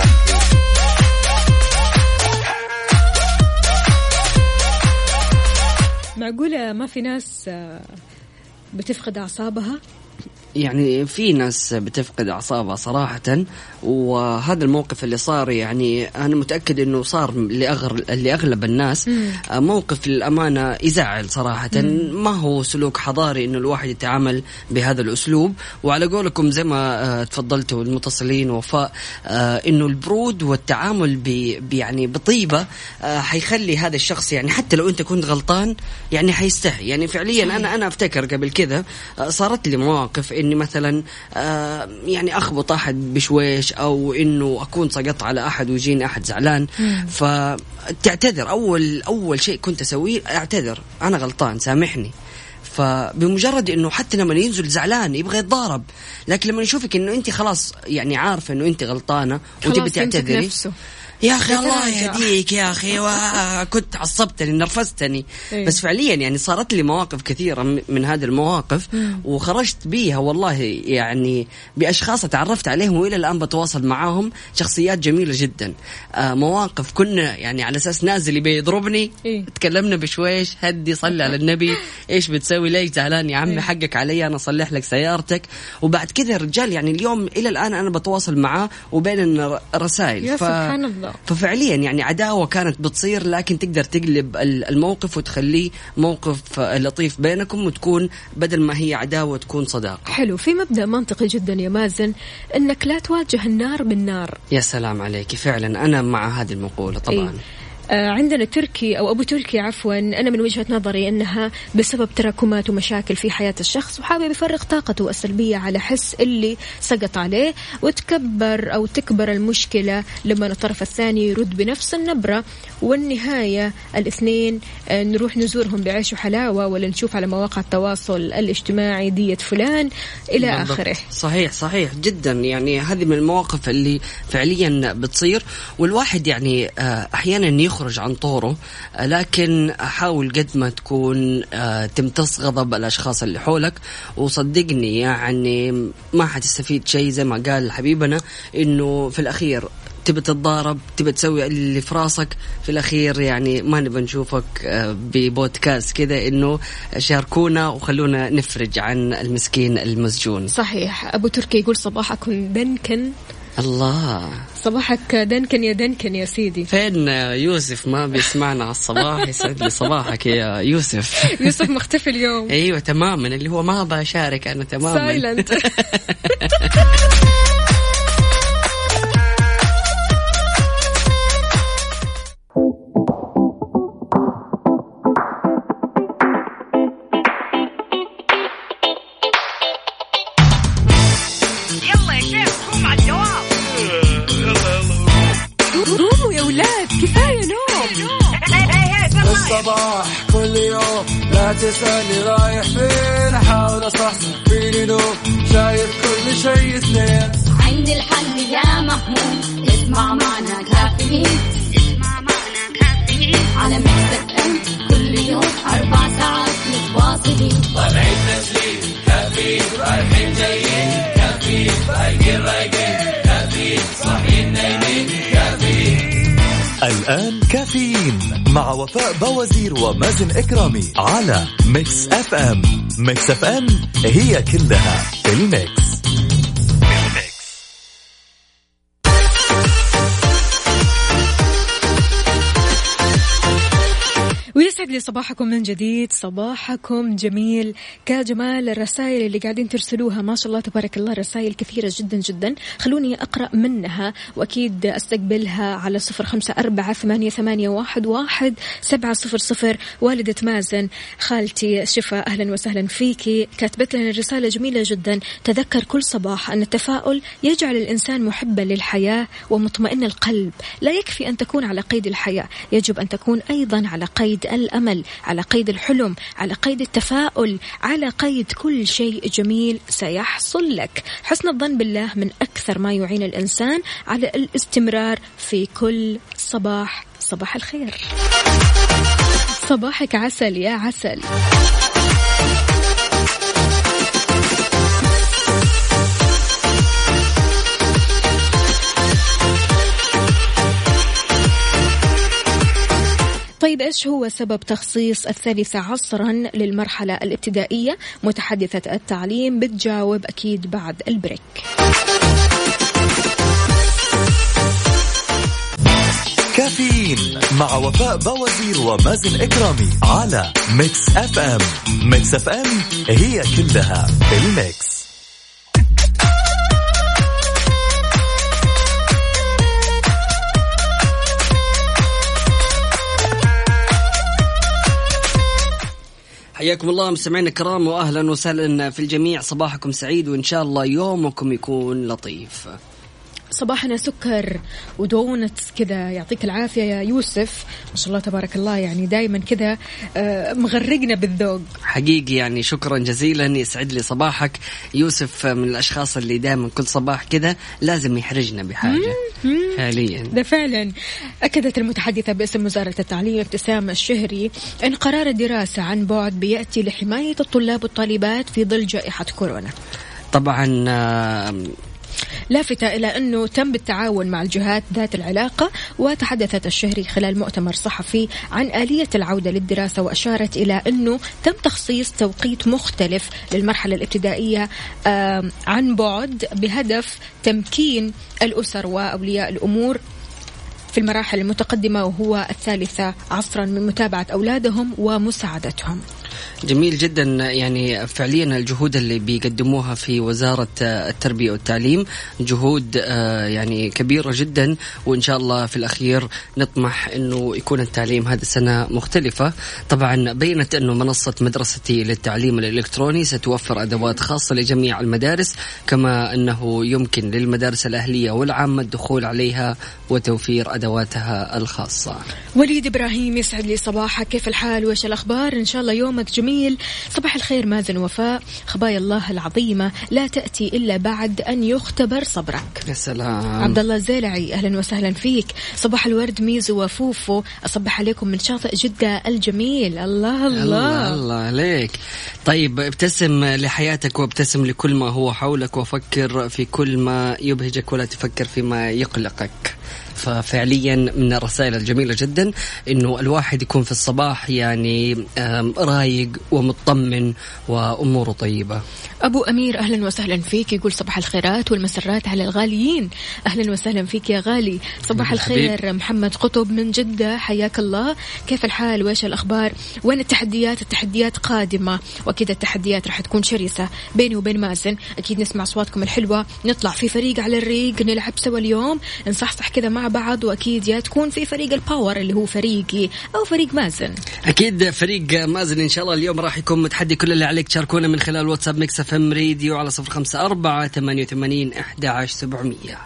معقولة ما في ناس بتفقد أعصابها؟ يعني في ناس بتفقد أعصابها صراحة، وهذا الموقف اللي صار يعني أنا متأكد أنه صار لأغلب الناس موقف للأمانة يزعل صراحة. ما هو سلوك حضاري أنه الواحد يتعامل بهذا الأسلوب. وعلى قولكم زي ما تفضلتوا المتصلين وفاء أنه البرود والتعامل يعني بطيبة حيخلي هذا الشخص يعني حتى لو أنت كنت غلطان يعني حيستحي. يعني فعليا أنا أنا أفتكر قبل كذا صارت لي مواقف إني مثلا آه يعني أخبط أحد بشويش أو إنه أكون سقط على أحد ويجيني أحد زعلان، فتعتذر. أول أول شيء كنت أسويه أعتذر، أنا غلطان سامحني. فبمجرد إنه حتى لما ينزل زعلان يبغى يتضارب، لكن لما يشوفك إنه أنت خلاص يعني عارفة إنه أنت غلطانة وتبي تعتذري، يا أخي الله يهديك يا أخي كنت عصبتني نرفزتني. إيه؟ بس فعليا يعني صارت لي مواقف كثيرة من هذه المواقف مم. وخرجت بيها والله يعني بأشخاص تعرفت عليهم وإلى الآن بتواصل معاهم، شخصيات جميلة جدا. آه مواقف كنا يعني على أساس نازل يبي يضربني إيه؟ تكلمنا بشويش، هدي صلي على النبي، إيش بتسوي ليش زعلان يا عمي إيه؟ حقك علي أنا أصلح لك سيارتك. وبعد كذا الرجال يعني اليوم إلى الآن أنا بتواصل معاه وبين الرسائل. يا ف... سبحان الله. بالضبط. ففعليا يعني عداوة كانت بتصير، لكن تقدر تقلب الموقف وتخليه موقف لطيف بينكم، وتكون بدل ما هي عداوة تكون صداقة. حلو. في مبدأ منطقي جدا يا مازن، انك لا تواجه النار بالنار. يا سلام عليك، فعلا أنا مع هذه المقولة طبعا. إيه؟ آه عندنا تركي أو أبو تركي عفوا، أنا من وجهة نظري أنها بسبب تراكمات ومشاكل في حياة الشخص، وحابب يفرغ طاقته السلبية على حس اللي سقط عليه، وتكبر أو تكبر المشكلة لما الطرف الثاني يرد بنفس النبرة، والنهاية الاثنين آه نروح نزورهم بعيش وحلاوة، ولا نشوف على مواقع التواصل الاجتماعي دية فلان إلى بالضبط. آخره. صحيح صحيح جدا. يعني هذه من المواقف اللي فعليا بتصير، والواحد يعني آه أحيانا يخرج يخرج عن طوره، لكن حاول قد ما تكون تمتص غضب الأشخاص اللي حولك، وصدقني يعني ما حتستفيد شيء. زي ما قال حبيبنا إنه في الأخير تبي تتضارب، تبي تسوي اللي في راسك، في الأخير يعني ما نبي نشوفك ببودكاست كذا. إنه شاركونا وخلونا نفرج عن المسكين المسجون. صحيح. أبو تركي يقول صباحكم دنكن. الله، صباحك دنكن يا دنكن يا سيدي. فين يوسف؟ ما بيسمعنا على الصباح. يسعد لي صباحك يا يوسف. يوسف مختفي اليوم. ايوه تماما، اللي هو ما بشارك انا تماما. سايلنت. الصباح كل يوم لا تسألني رايح فين، أحاول أصحصح فيني نوم، شايف كل شيء اثنين. عندي الحل يا محمود، اسمع معنا كافيين، اسمع معنا كافيين على ميكس اف ام، كل يوم أربع ساعات متواصلين. طالعين تسليم كافيين، رايحين جايين كافيين، رايقين رايقين كافيين، صاحيين نايمين كافيين. الآن كافيين مع وفاء بوازير ومازن إكرامي على ميكس اف ام. ميكس اف ام هي كلها الميكس. ويسعد لي صباحكم من جديد، صباحكم جميل كجمال الرسائل اللي قاعدين ترسلوها. ما شاء الله تبارك الله، رسائل كثيرة جدا جدا. خلوني أقرأ منها وأكيد أستقبلها على صفر خمسة أربعة ثمانية ثمانية واحد واحد سبعة صفر صفر. والدة مازن خالتي شفاء، أهلا وسهلا فيكي، كاتبت لنا رسالة جميلة جدا. تذكر كل صباح أن التفاؤل يجعل الإنسان محبا للحياة ومطمئن القلب. لا يكفي أن تكون على قيد الحياة، يجب أن تكون أيضا على قيد الأمل، على قيد الحلم، على قيد التفاؤل، على قيد كل شيء جميل سيحصل لك. حسن الظن بالله من أكثر ما يعين الإنسان على الاستمرار في كل صباح. صباح الخير، صباحك عسل يا عسل. طيب إيش هو سبب تخصيص الثالثة عصرا للمرحلة الابتدائية؟ متحدثة التعليم بتجاوب أكيد بعد البريك. كافيين مع وفاء بوازير ومازن إكرامي على ميكس اف ام. ميكس اف ام هي كلها الميكس. حياكم الله مستمعينا الكرام، وأهلا وسهلا في الجميع. صباحكم سعيد وإن شاء الله يومكم يكون لطيف. صباحنا سكر ودونت كذا، يعطيك العافية يا يوسف، ما شاء الله تبارك الله، يعني دايما كذا مغرقنا بالذوق حقيقي. يعني شكرا جزيلا، يسعد لي صباحك. يوسف من الأشخاص اللي دائما كل صباح كذا لازم يحرجنا بحاجة فعليا. ده فعلا. أكدت المتحدثة باسم وزارة التعليم ابتسام الشهري أن قرار الدراسة عن بعد بيأتي لحماية الطلاب والطالبات في ظل جائحة كورونا. طبعا لافتة إلى أنه تم بالتعاون مع الجهات ذات العلاقة. وتحدثت الشهري خلال مؤتمر صحفي عن آلية العودة للدراسة، وأشارت إلى أنه تم تخصيص توقيت مختلف للمرحلة الابتدائية عن بعد بهدف تمكين الأسر وأولياء الأمور في المراحل المتقدمة وهو الثالثة عصرا من متابعة أولادهم ومساعدتهم. جميل جدا. يعني فعليا الجهود اللي بيقدموها في وزارة التربية والتعليم جهود يعني كبيرة جدا، وإن شاء الله في الأخير نطمح أنه يكون التعليم هذه السنة مختلفة. طبعا بينت أنه منصة مدرستي للتعليم الإلكتروني ستوفر أدوات خاصة لجميع المدارس، كما أنه يمكن للمدارس الأهلية والعامة الدخول عليها وتوفير أدواتها الخاصة. وليد إبراهيم يسعد لي صباحك، كيف الحال وإيش الأخبار؟ إن شاء الله يومك جميل. صباح الخير مازن وفاء، خبايا الله العظيمة لا تأتي إلا بعد أن يختبر صبرك. يا سلام. عبد الله الزيلعي أهلا وسهلا فيك. صباح الورد ميزو وفوفو، أصبح عليكم من شاطئ جدة الجميل. الله الله الله, الله عليك. طيب ابتسم لحياتك وابتسم لكل ما هو حولك، وفكر في كل ما يبهجك ولا تفكر فيما يقلقك. ففعليا من الرسائل الجميلة جدا إنه الواحد يكون في الصباح يعني رايق ومطمن وأموره طيبة. أبو أمير أهلا وسهلا فيك، يقول صباح الخيرات والمسرات على الغاليين. أهلا وسهلا فيك يا غالي. صباح الخير حبيب. محمد قطب من جدة، حياك الله، كيف الحال وإيش الأخبار؟ وين التحديات؟ التحديات قادمة، وأكيد التحديات راح تكون شرسة بيني وبين مازن. أكيد نسمع أصواتكم الحلوة، نطلع في فريق على الريق، نلعب سوا اليوم، نصحصح كذا مع بعض. وأكيد يا تكون في فريق الباور اللي هو فريقي أو فريق مازن. أكيد فريق مازن إن شاء الله. اليوم راح يكون متحدي، كل اللي عليك تشاركونا من خلال واتساب ميكس اف ام راديو على صفر خمسة أربعة ثمانية وثمانين أحد عشر سبعمية.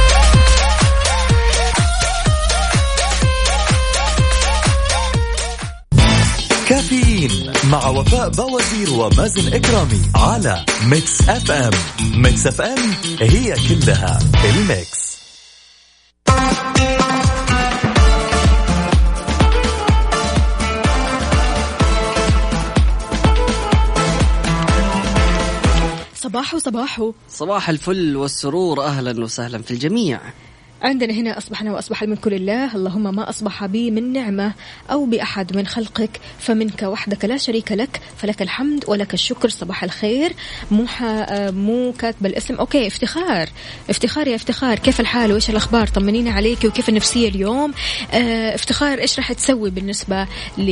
كافيين مع وفاء بوازير ومازن إكرامي على ميكس اف ام. ميكس اف ام هي كلها الميكس. صباحو صباحو صباح الفل والسرور، أهلا وسهلا في الجميع. عندنا هنا أصبحنا وأصبح الملك لله، اللهم ما أصبح بي من نعمة أو بأحد من خلقك فمنك وحدك لا شريك لك، فلك الحمد ولك الشكر. صباح الخير. مو مو كاتب الاسم. أوكي، افتخار افتخار يا افتخار، كيف الحال وإيش الأخبار؟ طمنينا عليك وكيف النفسية اليوم. اه افتخار، إيش راح تسوي بالنسبة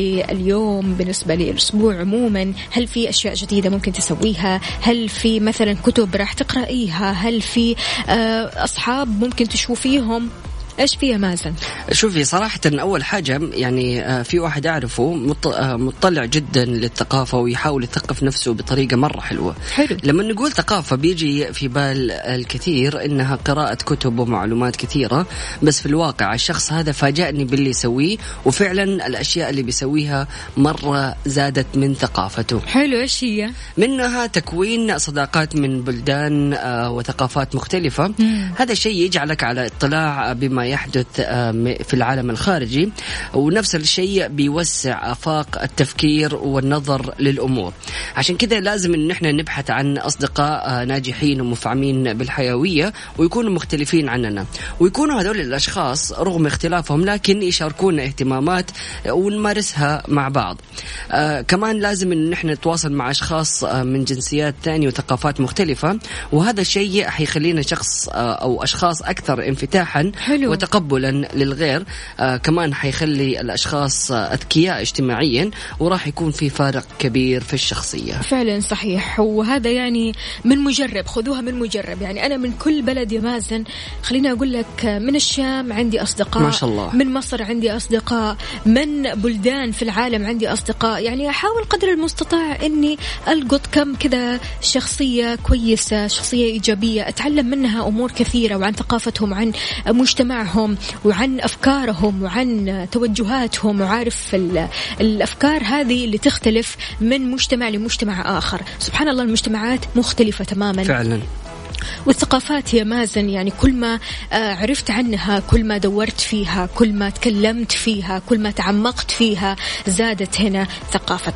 لليوم، بالنسبة للأسبوع عموما؟ هل في أشياء جديدة ممكن تسويها؟ هل في مثلا كتب راح تقرأيها؟ هل في اه أصحاب ممكن تشوفيهم؟ إيش فيها مازن؟ شوفي صراحة أول حاجة يعني في واحد أعرفه مطلع جدا للثقافة ويحاول يثقف نفسه بطريقة مرة حلوة. حلو. لما نقول ثقافة بيجي في بال الكثير إنها قراءة كتب ومعلومات كثيرة، بس في الواقع الشخص هذا فاجأني باللي يسويه، وفعلا الأشياء اللي بيسويها مرة زادت من ثقافته. حلو. إيش هي؟ منها تكوين صداقات من بلدان وثقافات مختلفة. مم. هذا الشيء يجعلك على اطلاع بما يحدث في العالم الخارجي، ونفس الشيء بيوسع آفاق التفكير والنظر للأمور. عشان كذا لازم إن إحنا نبحث عن أصدقاء ناجحين ومفعمين بالحيوية ويكونوا مختلفين عننا، ويكونوا هذول الأشخاص رغم اختلافهم لكن يشاركون اهتمامات ونمارسها مع بعض. آه كمان لازم إن إحنا نتواصل مع أشخاص آه من جنسيات تانية وثقافات مختلفة، وهذا الشيء حيخلينا شخص آه أو أشخاص أكثر انفتاحا حلو. وتقبلا للغير. آه كمان حيخلي الأشخاص آه أذكياء اجتماعيا، وراح يكون في فارق كبير في الشخصية. فعلا صحيح، وهذا يعني من مجرب، خذوها من مجرب. يعني أنا من كل بلد يا مازن، خليني أقول لك، من الشام عندي أصدقاء، ما شاء الله. من مصر عندي أصدقاء، من بلدان في العالم عندي أصدقاء. يعني أحاول قدر المستطاع إني ألقط كم كذا شخصية كويسة، شخصية إيجابية، أتعلم منها أمور كثيرة، وعن ثقافتهم، عن مجتمعهم، وعن أفكارهم، وعن توجهاتهم، وعارف الأفكار هذه اللي تختلف من مجتمع لمجتمع آخر. سبحان الله، المجتمعات مختلفة تماما فعلا. والثقافات يا مازن، يعني كل ما عرفت عنها، كل ما دورت فيها، كل ما تكلمت فيها، كل ما تعمقت فيها، زادت هنا ثقافتك.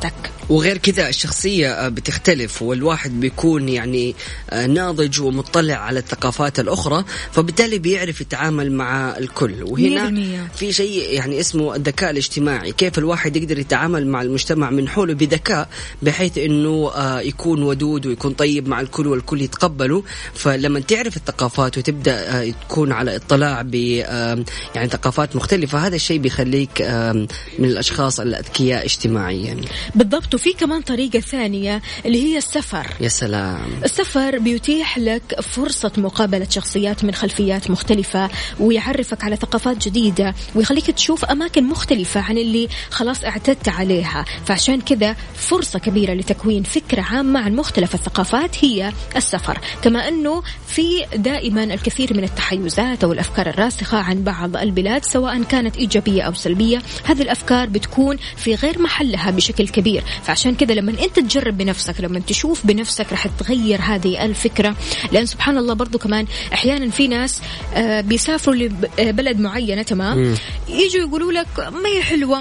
وغير كذا الشخصية بتختلف، والواحد بيكون يعني ناضج ومطلع على الثقافات الأخرى، فبالتالي بيعرف يتعامل مع الكل. وهنا في شيء يعني اسمه الذكاء الاجتماعي، كيف الواحد يقدر يتعامل مع المجتمع من حوله بذكاء، بحيث أنه يكون ودود ويكون طيب مع الكل والكل يتقبله. فلما تعرف الثقافات وتبدأ تكون على اطلاع ب يعني ثقافات مختلفة، هذا الشيء بيخليك من الأشخاص الأذكياء اجتماعيا. بالضبط. وفي كمان طريقة ثانية اللي هي السفر. يا سلام. السفر بيتيح لك فرصة مقابلة شخصيات من خلفيات مختلفة، ويعرفك على ثقافات جديدة، ويخليك تشوف أماكن مختلفة عن اللي خلاص اعتدت عليها. فعشان كذا فرصة كبيرة لتكوين فكرة عامة عن مختلف الثقافات هي السفر. كما أنه في دائما الكثير من التحيزات أو الأفكار الراسخة عن بعض البلاد، سواء كانت إيجابية أو سلبية، هذه الأفكار بتكون في غير محلها بشكل كبير. فعشان كذا لما أنت تجرب بنفسك، لما تشوف بنفسك، رح تغير هذه الفكرة. لأن سبحان الله برضو كمان أحيانا في ناس بيسافروا لبلد معينة، تمام، يجوا يقولوا لك ما هي حلوة،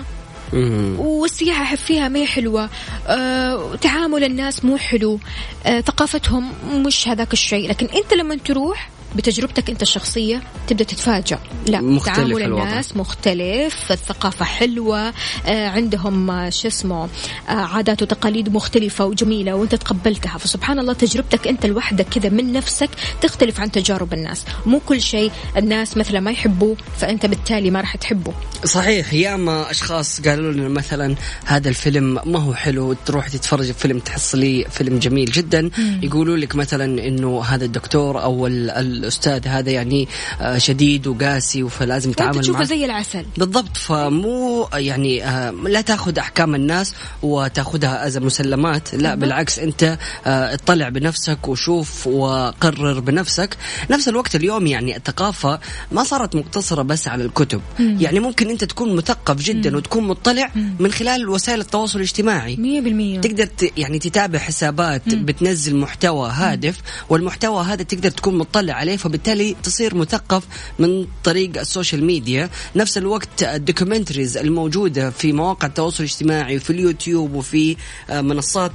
والسياحة فيها ما هي حلوة، أه، تعامل الناس مو حلو، أه، ثقافتهم مش هذاك الشيء. لكن أنت لما تروح بتجربتك أنت الشخصية تبدأ تتفاجأ، لا، تعامل الناس مختلف، الثقافة حلوة، آه عندهم آه شو اسمه آه عادات وتقاليد مختلفة وجميلة وأنت تقبلتها. فسبحان الله تجربتك أنت لوحدك كذا من نفسك تختلف عن تجارب الناس. مو كل شيء الناس مثلا ما يحبوه فأنت بالتالي ما راح تحبه. صحيح. ياما أشخاص قالوا لنا مثلا هذا الفيلم ما هو حلو، تروح تتفرج فيلم تحصلي فيلم جميل جدا، يقولوا لك مثلا إنه هذا الدكتور أو الأستاذ هذا يعني شديد وقاسي فلازم تتعامل معه تشوفه زي العسل. بالضبط. فمو يعني لا تأخذ أحكام الناس وتأخذها أز مسلمات، لا بالعكس، أنت اطلع بنفسك وشوف وقرر بنفسك. نفس الوقت اليوم يعني الثقافة ما صارت مقتصرة بس على الكتب، مم. يعني ممكن أنت تكون مثقف جدا مم. وتكون مطلع مم. من خلال وسائل التواصل الاجتماعي مية بالمية. تقدر يعني تتابع حسابات مم. بتنزل محتوى هادف، مم. والمحتوى هذا تقدر تكون مطلع عليه، فبالتالي تصير مثقف من طريق السوشيال ميديا. نفس الوقت الدوكيومنتريز الموجودة في مواقع التواصل الاجتماعي وفي اليوتيوب وفي منصات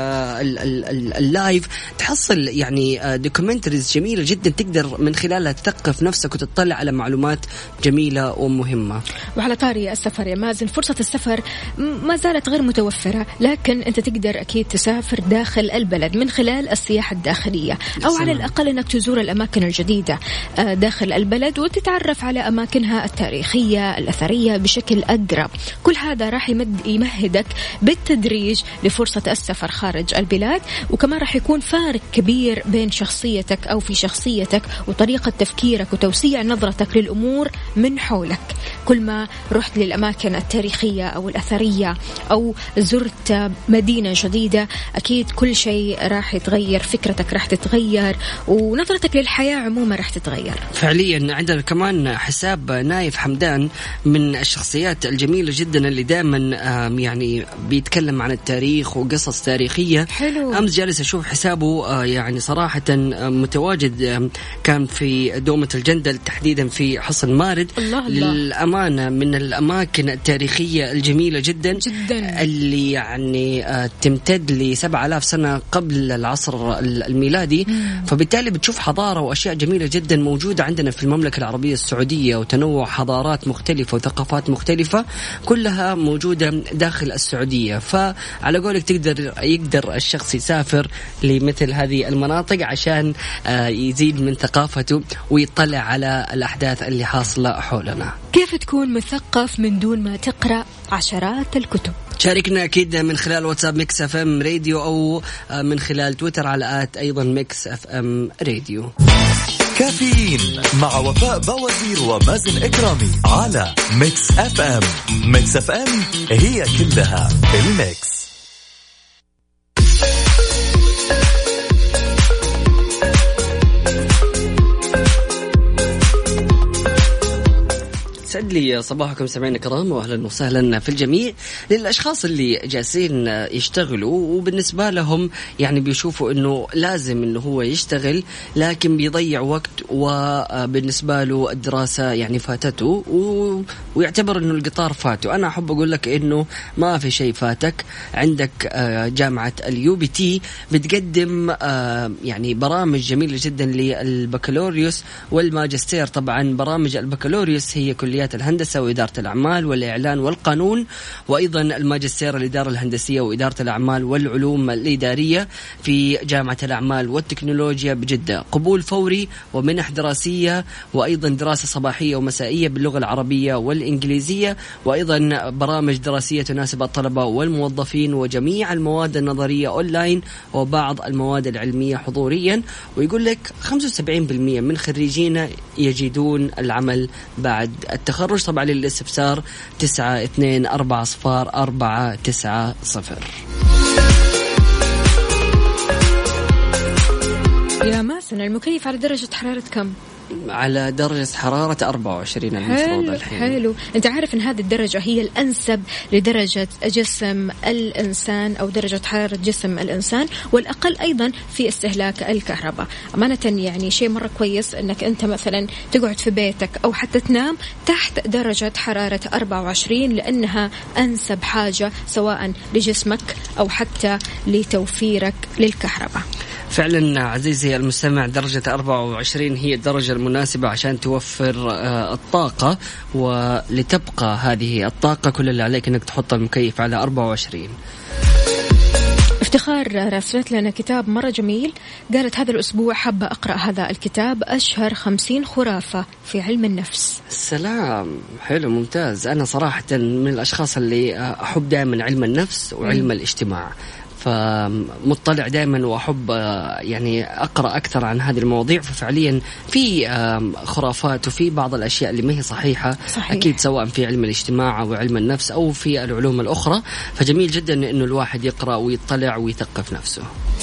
اللايف، تحصل يعني دوكيومنتريز جميلة جدا تقدر من خلالها تثقف نفسك وتطلع على معلومات جميلة ومهمة. وعلى طاري السفر يا مازن، فرصة السفر ما زالت غير متوفرة، لكن أنت تقدر أكيد تسافر داخل البلد من خلال السياحة الداخلية، أو على الأقل أنك تزور الأماكن الجديدة داخل البلد وتتعرف على أماكنها التاريخية الأثرية بشكل أقرب. كل هذا راح يمهدك بالتدريج لفرصة السفر خارج البلاد، وكمان راح يكون فارق كبير بين شخصيتك أو في شخصيتك وطريقة تفكيرك وتوسيع نظرتك للأمور من حولك. كل ما رحت للأماكن التاريخية أو الأثرية أو زرت مدينة جديدة، أكيد كل شيء راح يتغير، فكرتك راح تتغير ونظرتك للحياة عموما راح تتغير. فعليا عندنا كمان حساب نايف حمدان من الشخصيات الجميلة جدا اللي دائما يعني بيتكلم عن التاريخ وقصص تاريخية. حلو. أمس جالس أشوف حسابه، يعني صراحة متواجد، كان في دومة الجندل تحديدا في حصن مارد. الله الله. للأمانة من الأماكن التاريخية الجميلة جدا, جدا. اللي يعني تمتد لسبعة آلاف سنة قبل العصر الميلادي. مم. فبالتالي بتشوف حضارة وأشياء جميلة جدا موجودة عندنا في المملكة العربية السعودية، وتنوع حضارات مختلفة وثقافات مختلفة كلها موجودة داخل السعودية. فعلى قولك تقدر يقدر الشخص يسافر لمثل هذه المناطق عشان يزيد من ثقافته ويطلع على الأحداث اللي حاصلة حولنا. كيف تكون مثقف من دون ما تقرأ عشرات الكتب؟ شاركنا أكيد من خلال واتساب ميكس اف ام راديو، أو من خلال تويتر على آت أيضا ميكس اف ام راديو. كافيين مع وفاء بوازير ومازن إكرامي على ميكس اف ام. ميكس اف ام هي كلها الميكس. يسعد لي صباحكم سمعنا كرام واهلا وسهلا في الجميع. للاشخاص اللي جالسين يشتغلوا وبالنسبه لهم يعني بيشوفوا انه لازم انه هو يشتغل لكن بيضيع وقت وبالنسبه له الدراسه يعني فاتته ويعتبر انه القطار فاته، انا احب اقول لك انه ما في شيء فاتك. عندك جامعه اليو بي تي بتقدم يعني برامج جميله جدا للبكالوريوس والماجستير. طبعا برامج البكالوريوس هي كليات الهندسة وإدارة الأعمال والإعلان والقانون، وأيضا الماجستير الإدارة الهندسية وإدارة الأعمال والعلوم الإدارية في جامعة الأعمال والتكنولوجيا بجدة. قبول فوري ومنح دراسية وأيضا دراسة صباحية ومسائية باللغة العربية والإنجليزية، وأيضا برامج دراسية تناسب الطلبة والموظفين، وجميع المواد النظرية أونلاين وبعض المواد العلمية حضوريا. ويقول لك خمسة وسبعين بالمئة من خريجين يجدون العمل بعد التخرج. طبعا للاستفسار تسعة اثنين أربعة صفار أربعة تسعة صفر. يا ماسن المكيف على درجة حرارة كم؟ على درجة حرارة أربعة وعشرين المفروض الحين. حلو. أنت عارف أن هذه الدرجة هي الأنسب لدرجة جسم الإنسان أو درجة حرارة جسم الإنسان، والأقل أيضا في استهلاك الكهرباء. أمانة يعني شيء مرة كويس أنك أنت مثلا تقعد في بيتك أو حتى تنام تحت درجة حرارة أربعة وعشرين، لأنها أنسب حاجة سواء لجسمك أو حتى لتوفيرك للكهرباء. فعلا عزيزي المستمع درجة أربعة وعشرين هي الدرجة المناسبة عشان توفر الطاقة، ولتبقى هذه الطاقة كل اللي عليك أنك تحط المكيف على أربعة وعشرين. افتخار راسلت لنا كتاب مرة جميل، قالت هذا الأسبوع حابة أقرأ هذا الكتاب، أشهر خمسين خرافة في علم النفس. السلام، حلو ممتاز. أنا صراحة من الأشخاص اللي أحب دائما علم النفس وعلم م. الاجتماع، فمطلع دائما وأحب يعني أقرأ أكثر عن هذه المواضيع. ففعليا في خرافات وفي بعض الأشياء اللي ما هي صحيحة صحيح. أكيد سواء في علم الاجتماع أو علم النفس أو في العلوم الأخرى، فجميل جدا إنه الواحد يقرأ ويطلع ويثقف نفسه.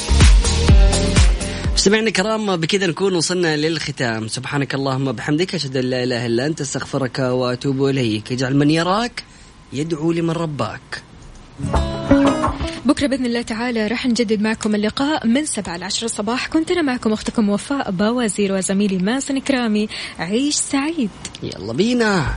مستمعينا الكرام بكذا نكون وصلنا للختام. سبحانك اللهم بحمدك، أشهد أن لا إله إلا أنت، أستغفرك وأتوب إليك. اجعل من يراك يدعو لمن رباك. بكرة بإذن الله تعالى راح نجدد معكم اللقاء من سبعة لعشرة الصباح. كنت أنا معكم أختكم وفاء باوزير وزميلي ماسن كرامي. عيش سعيد. يلا بينا.